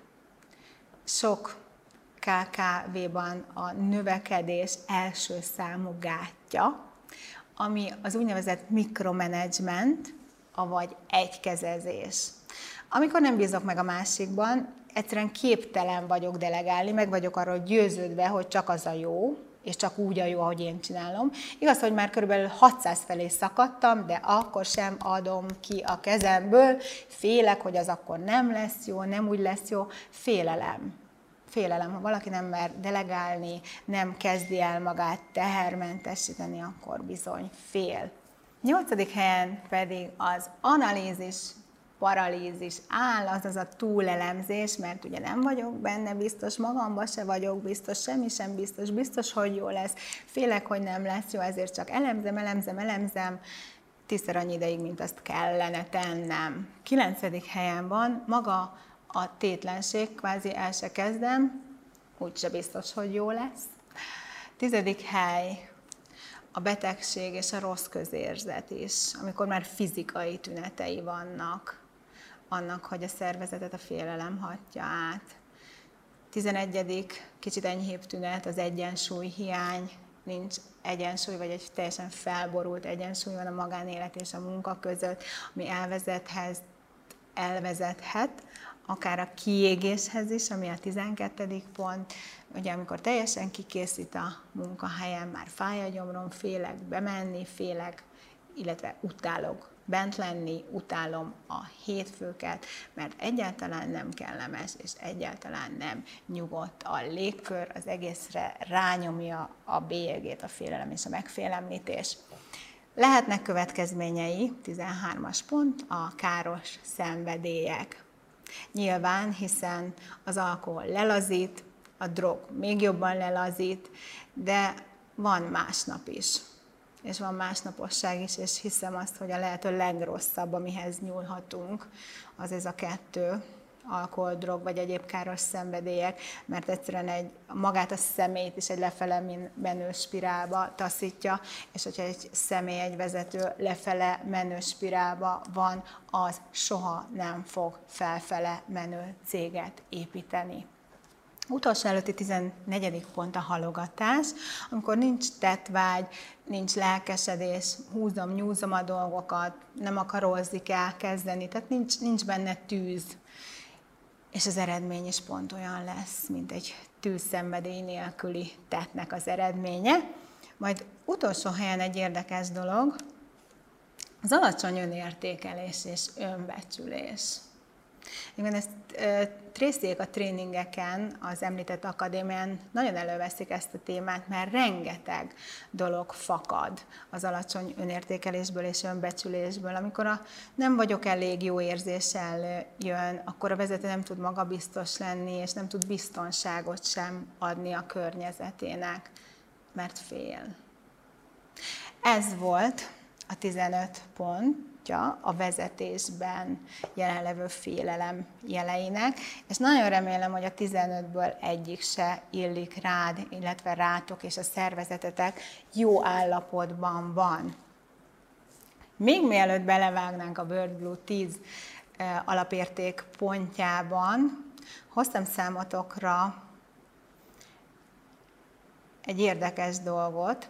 sok KKV-ban a növekedés első számú gátja, ami az úgynevezett mikromanagement, avagy egykezezés. Amikor nem bízok meg a másikban, egyszerűen képtelen vagyok delegálni, meg vagyok arról győződve, hogy csak az a jó, és csak úgy a jó, ahogy én csinálom. Igaz, hogy már körülbelül 600 felé szakadtam, de akkor sem adom ki a kezemből, félek, hogy az akkor nem lesz jó, nem úgy lesz jó, félelem. Félelem, ha valaki nem mer delegálni, nem kezdi el magát tehermentesíteni, akkor bizony fél. 8. helyen pedig az analízis, paralízis áll, azaz a túlelemzés, mert ugye nem vagyok benne biztos, magamban se vagyok biztos, semmi sem biztos, biztos, hogy jó lesz, félek, hogy nem lesz jó, ezért csak elemzem, 10-szer annyi ideig, mint azt kellene tennem. 9. helyen van maga a tétlenség, kvázi el se kezdem, úgyse biztos, hogy jó lesz. 10. hely, a betegség és a rossz közérzet is, amikor már fizikai tünetei vannak annak, hogy a szervezetet a félelem hatja át. 11. kicsit enyhébb tünet, az egyensúlyhiány, nincs egyensúly, vagy egy teljesen felborult egyensúly van a magánélet és a munka között, ami elvezethet, akár a kiégéshez is, ami a 12. pont, ugye amikor teljesen kikészít a munkahelyen, már fáj a gyomrom, félek bemenni, illetve utálok bent lenni, utálom a hétfőket, mert egyáltalán nem kellemes, és egyáltalán nem nyugodt a légkör, az egészre rányomja a bélyegét a félelem és a megfélemlítés. Lehetnek következményei, 13. pont, a káros szenvedélyek. Nyilván, hiszen az alkohol lelazít, a drog még jobban lelazít, de van másnap is. És van másnaposság is, és hiszem azt, hogy a lehető legrosszabb, amihez nyúlhatunk, az ez a 2, alkohol, drog vagy egyéb káros szenvedélyek, mert egyszerűen magát a személyt is egy lefele menő spirálba taszítja, és hogyha egy személy, egy vezető lefele menő spirálba van, az soha nem fog felfele menő céget építeni. Utolsó előtti 14. pont a halogatás, amikor nincs tettvágy, nincs lelkesedés, húzom, nyúzom a dolgokat, nem akarózzik elkezdeni, tehát nincs benne tűz. És az eredmény is pont olyan lesz, mint egy tűzszenvedély nélküli tettnek az eredménye. Majd utolsó helyen egy érdekes dolog, az alacsony önértékelés és önbecsülés. Igen, ezt Tracyék a tréningeken, az említett akadémián nagyon előveszik ezt a témát, mert rengeteg dolog fakad az alacsony önértékelésből és önbecsülésből. Amikor nem vagyok elég jó érzéssel jön, akkor a vezető nem tud magabiztos lenni, és nem tud biztonságot sem adni a környezetének, mert fél. Ez volt a 15 pontja a vezetésben jelenlevő félelem jeleinek, és nagyon remélem, hogy a 15-ből egyik se illik rád, illetve rátok és a szervezetetek jó állapotban van. Még mielőtt belevágnánk a WordBlue 10 alapérték pontjában, hoztam számotokra egy érdekes dolgot.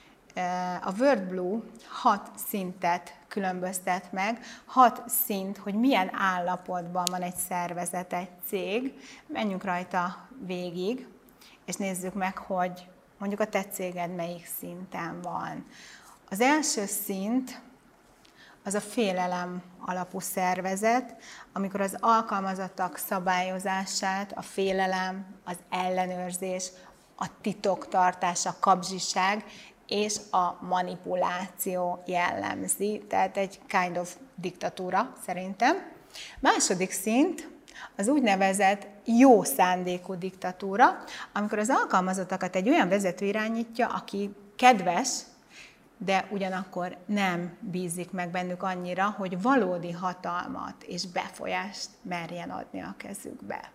A WordBlue 6 szintet különböztet meg, 6 szint, hogy milyen állapotban van egy szervezet, egy cég. Menjünk rajta végig, és nézzük meg, hogy mondjuk a te céged melyik szinten van. Az első szint az a félelem alapú szervezet, amikor az alkalmazottak szabályozását, a félelem, az ellenőrzés, a titoktartás, a kapzsiság és a manipuláció jellemzi, tehát egy kind of diktatúra szerintem. Második szint az úgynevezett jó szándékú diktatúra, amikor az alkalmazottakat egy olyan vezető irányítja, aki kedves, de ugyanakkor nem bízik meg bennük annyira, hogy valódi hatalmat és befolyást merjen adni a kezükbe.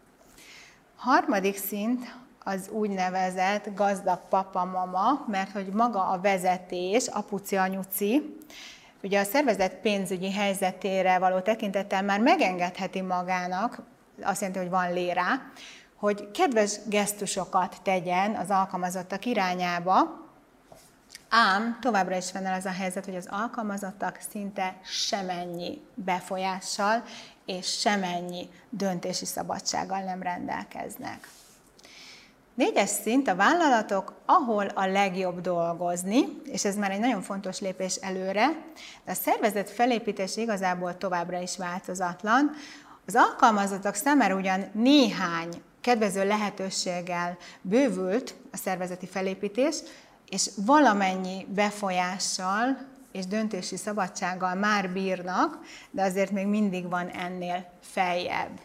Harmadik szint az úgynevezett gazdag papa-mama, mert hogy maga a vezetés, apuci-anyuci, ugye a szervezet pénzügyi helyzetére való tekintettel már megengedheti magának, azt jelenti, hogy van lé rá, hogy kedves gesztusokat tegyen az alkalmazottak irányába, ám továbbra is fennáll az a helyzet, hogy az alkalmazottak szinte semennyi befolyással és semennyi döntési szabadsággal nem rendelkeznek. 4. szint a vállalatok, ahol a legjobb dolgozni, és ez már egy nagyon fontos lépés előre, de a szervezet felépítés igazából továbbra is változatlan. Az alkalmazottak számára ugyan néhány kedvező lehetőséggel bővült a szervezeti felépítés, és valamennyi befolyással és döntési szabadsággal már bírnak, de azért még mindig van ennél feljebb.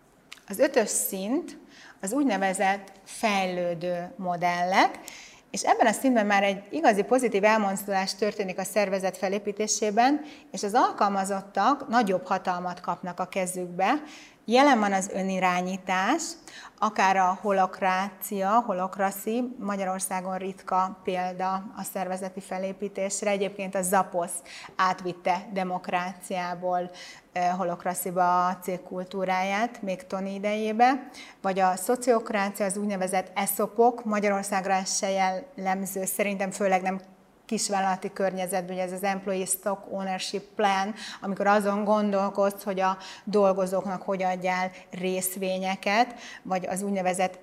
Az 5. szint az úgynevezett fejlődő modellek, és ebben a szintben már egy igazi pozitív elmozdulás történik a szervezet felépítésében, és az alkalmazottak nagyobb hatalmat kapnak a kezükbe. Jelen van az önirányítás, akár a holokrácia, holokraszi, Magyarországon ritka példa a szervezeti felépítésre. Egyébként a Zaposz átvitte demokráciából holokrasziba a cégkultúráját, még Tony idejébe, vagy a szociokrácia, az úgynevezett ESOP-ok, Magyarországra ez se jellemző, szerintem főleg nem kisvállalati környezetben, ugye ez az Employee Stock Ownership Plan, amikor azon gondolkodsz, hogy a dolgozóknak hogy adjál részvényeket, vagy az úgynevezett,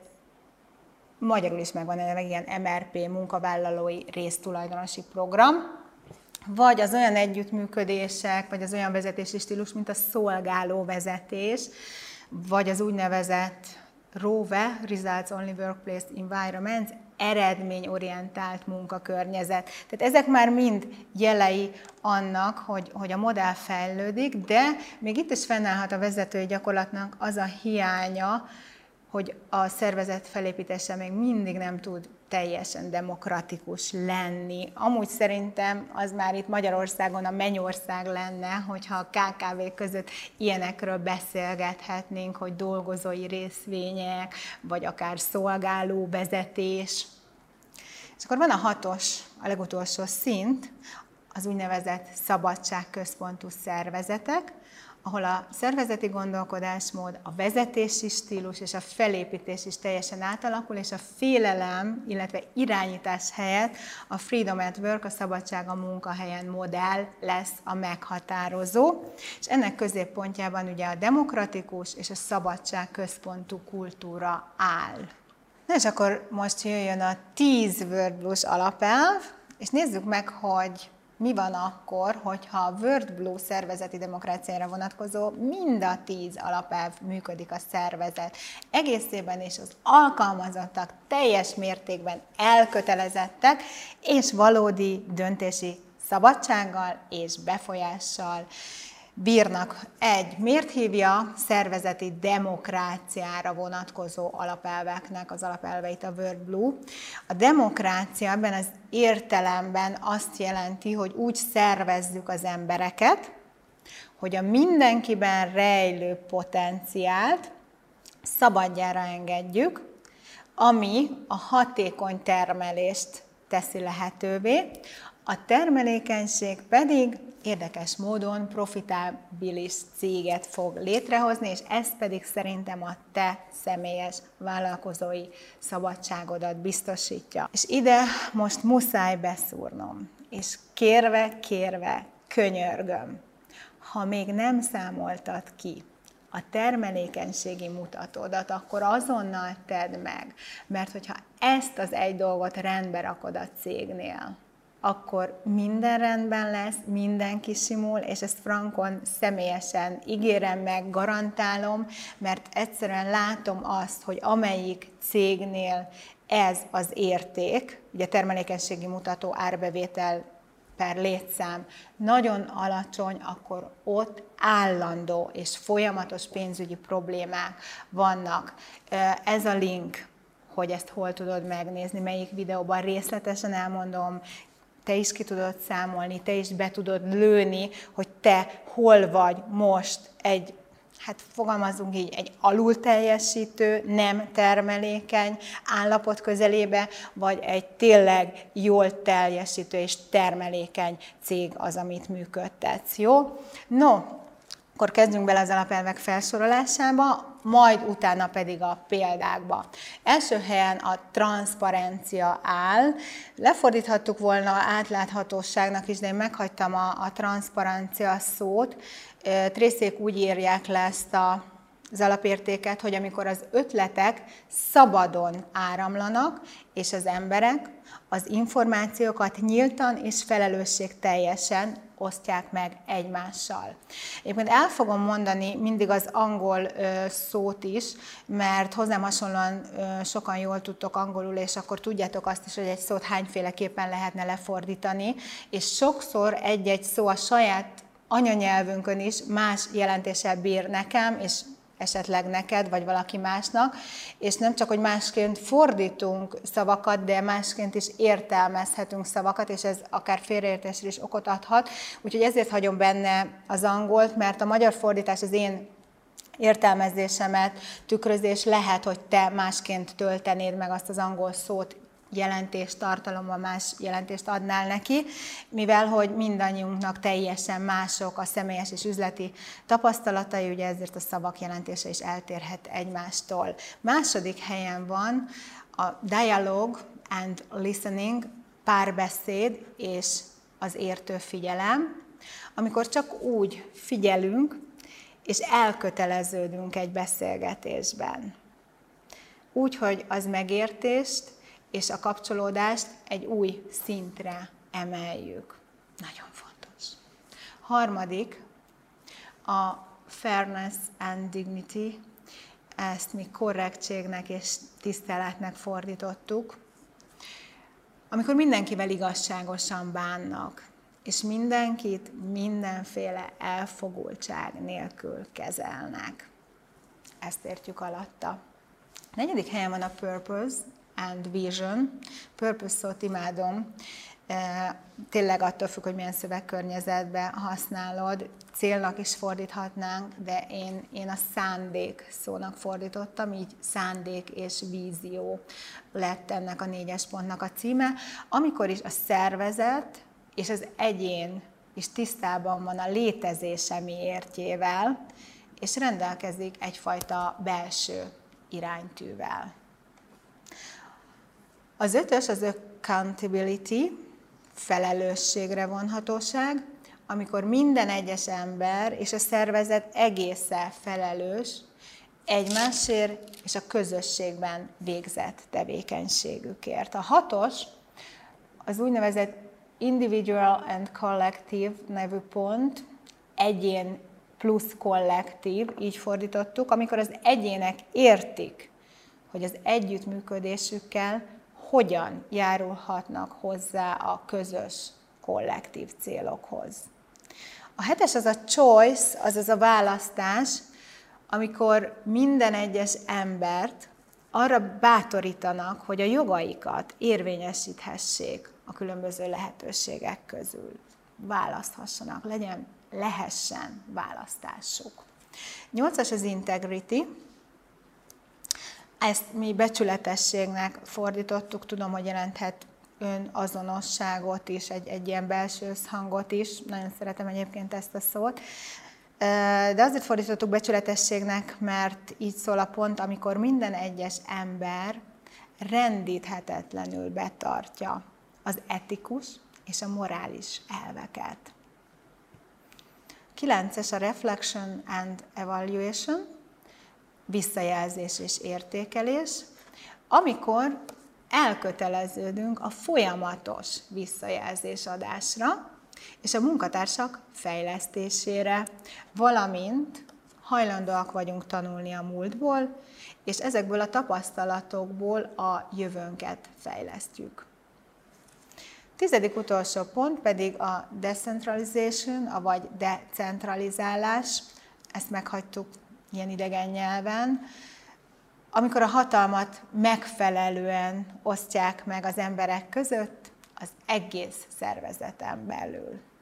magyarul is megvan egy ilyen MRP, munkavállalói résztulajdonosi program, vagy az olyan együttműködések, vagy az olyan vezetési stílus, mint a szolgáló vezetés, vagy az úgynevezett ROWE, Results Only Workplace Environments, eredményorientált munkakörnyezet. Tehát ezek már mind jelei annak, hogy a modell fejlődik, de még itt is fennállhat a vezetői gyakorlatnak az a hiánya, hogy a szervezet felépítése még mindig nem tud teljesen demokratikus lenni. Amúgy szerintem az már itt Magyarországon a mennyország lenne, hogyha a KKV között ilyenekről beszélgethetnénk, hogy dolgozói részvények, vagy akár szolgáló vezetés. És akkor van a 6. a legutolsó szint, az úgynevezett szabadságközpontú szervezetek, ahol a szervezeti gondolkodásmód, a vezetési stílus és a felépítés is teljesen átalakul, és a félelem, illetve irányítás helyett a Freedom at Work, a szabadság a munkahelyen modell lesz a meghatározó, és ennek középpontjában ugye a demokratikus és a szabadságközpontú kultúra áll. Na és akkor most jöjjön a 10 WordBlue-s alapelv, és nézzük meg, hogy mi van akkor, hogyha a World Blue szervezeti demokráciára vonatkozó mind a 10 alapelv működik a szervezet egészében, és az alkalmazottak teljes mértékben elkötelezettek, és valódi döntési szabadsággal és befolyással bírnak. Miért hívja szervezeti demokráciára vonatkozó alapelveknek az alapelveit a World Blue? A demokrácia ebben az értelemben azt jelenti, hogy úgy szervezzük az embereket, hogy a mindenkiben rejlő potenciált szabadjára engedjük, ami a hatékony termelést teszi lehetővé, a termelékenység pedig érdekes módon profitábilis céget fog létrehozni, és ez pedig szerintem a te személyes vállalkozói szabadságodat biztosítja. És ide most muszáj beszúrnom, és kérve, könyörgöm, ha még nem számoltad ki a termelékenységi mutatódat, akkor azonnal tedd meg, mert hogyha ezt az egy dolgot rendbe rakod a cégnél, akkor minden rendben lesz, mindenki simul, és ezt frankon személyesen ígérem meg, garantálom, mert egyszerűen látom azt, hogy amelyik cégnél ez az érték, ugye termelékenységi mutató árbevétel per létszám nagyon alacsony, akkor ott állandó és folyamatos pénzügyi problémák vannak. Ez a link, hogy ezt hol tudod megnézni, melyik videóban részletesen elmondom, te is ki tudod számolni, te is be tudod lőni, hogy te hol vagy most fogalmazunk így, egy alulteljesítő, nem termelékeny állapot közelébe, vagy egy tényleg jól teljesítő és termelékeny cég az, amit működtetsz, jó? No, akkor kezdjünk bele az alapelvek felsorolásába, majd utána pedig a példákba. Első helyen a transzparencia áll. Lefordíthattuk volna átláthatóságnak is, de én meghagytam a transzparencia szót. Trészék úgy írják le ezt az alapértéket, hogy amikor az ötletek szabadon áramlanak, és az emberek az információkat nyíltan és felelősségteljesen osztják meg egymással. Egyébként el fogom mondani mindig az angol szót is, mert hozzám hasonlóan sokan jól tudtok angolul, és akkor tudjátok azt is, hogy egy szót hányféleképpen lehetne lefordítani, és sokszor egy-egy szó a saját anyanyelvünkön is más jelentéssel bír nekem, és esetleg neked, vagy valaki másnak, és nem csak, hogy másként fordítunk szavakat, de másként is értelmezhetünk szavakat, és ez akár félreértésre is okot adhat. Úgyhogy ezért hagyom benne az angolt, mert a magyar fordítás az én értelmezésemet tükrözi, és lehet, hogy te másként töltenéd meg azt az angol szót, jelentést, tartalommal más jelentést adnál neki, mivel hogy mindannyiunknak teljesen mások a személyes és üzleti tapasztalatai, ugye ezért a szavak jelentése is eltérhet egymástól. Második helyen van a dialogue and listening, párbeszéd és az értő figyelem, amikor csak úgy figyelünk és elköteleződünk egy beszélgetésben. Úgy, hogy az megértést és a kapcsolódást egy új szintre emeljük. Nagyon fontos. Harmadik, a fairness and dignity, ezt mi korrektségnek és tiszteletnek fordítottuk. Amikor mindenkivel igazságosan bánnak, és mindenkit mindenféle elfogultság nélkül kezelnek. Ezt értjük alatta. A negyedik helyen van a purpose and vision. Purpose szót imádom. Tényleg attól függ, hogy milyen szövegkörnyezetben használod. Célnak is fordíthatnánk, de én a szándék szónak fordítottam, így szándék és vízió lett ennek a 4-es pontnak a címe. Amikor is a szervezet és az egyén is tisztában van a létezése miértjével, és rendelkezik egyfajta belső iránytűvel. Az 5-ös az accountability, felelősségre vonhatóság, amikor minden egyes ember és a szervezet egészen felelős egymásért és a közösségben végzett tevékenységükért. A 6-os az úgynevezett individual and collective nevű pont, egyén plusz kollektív, így fordítottuk, amikor az egyének értik, hogy az együttműködésükkel hogyan járulhatnak hozzá a közös kollektív célokhoz. A 7-es az a choice, azaz a választás, amikor minden egyes embert arra bátorítanak, hogy a jogaikat érvényesíthessék a különböző lehetőségek közül. Választhassanak, lehessen választásuk. 8-as az integrity. Ezt mi becsületességnek fordítottuk, tudom, hogy jelenthet önazonosságot is, egy ilyen belső összhangot is. Nagyon szeretem egyébként ezt a szót. De azért fordítottuk becsületességnek, mert így szól a pont, amikor minden egyes ember rendíthetetlenül betartja az etikus és a morális elveket. 9-es a reflection and evaluation, visszajelzés és értékelés, amikor elköteleződünk a folyamatos visszajelzésadásra, és a munkatársak fejlesztésére, valamint hajlandóak vagyunk tanulni a múltból, és ezekből a tapasztalatokból a jövőnket fejlesztjük. 10. utolsó pont pedig a decentralization, vagy decentralizálás, ezt meghagytuk ilyen idegen nyelven, amikor a hatalmat megfelelően osztják meg az emberek között, az egész szervezeten belül.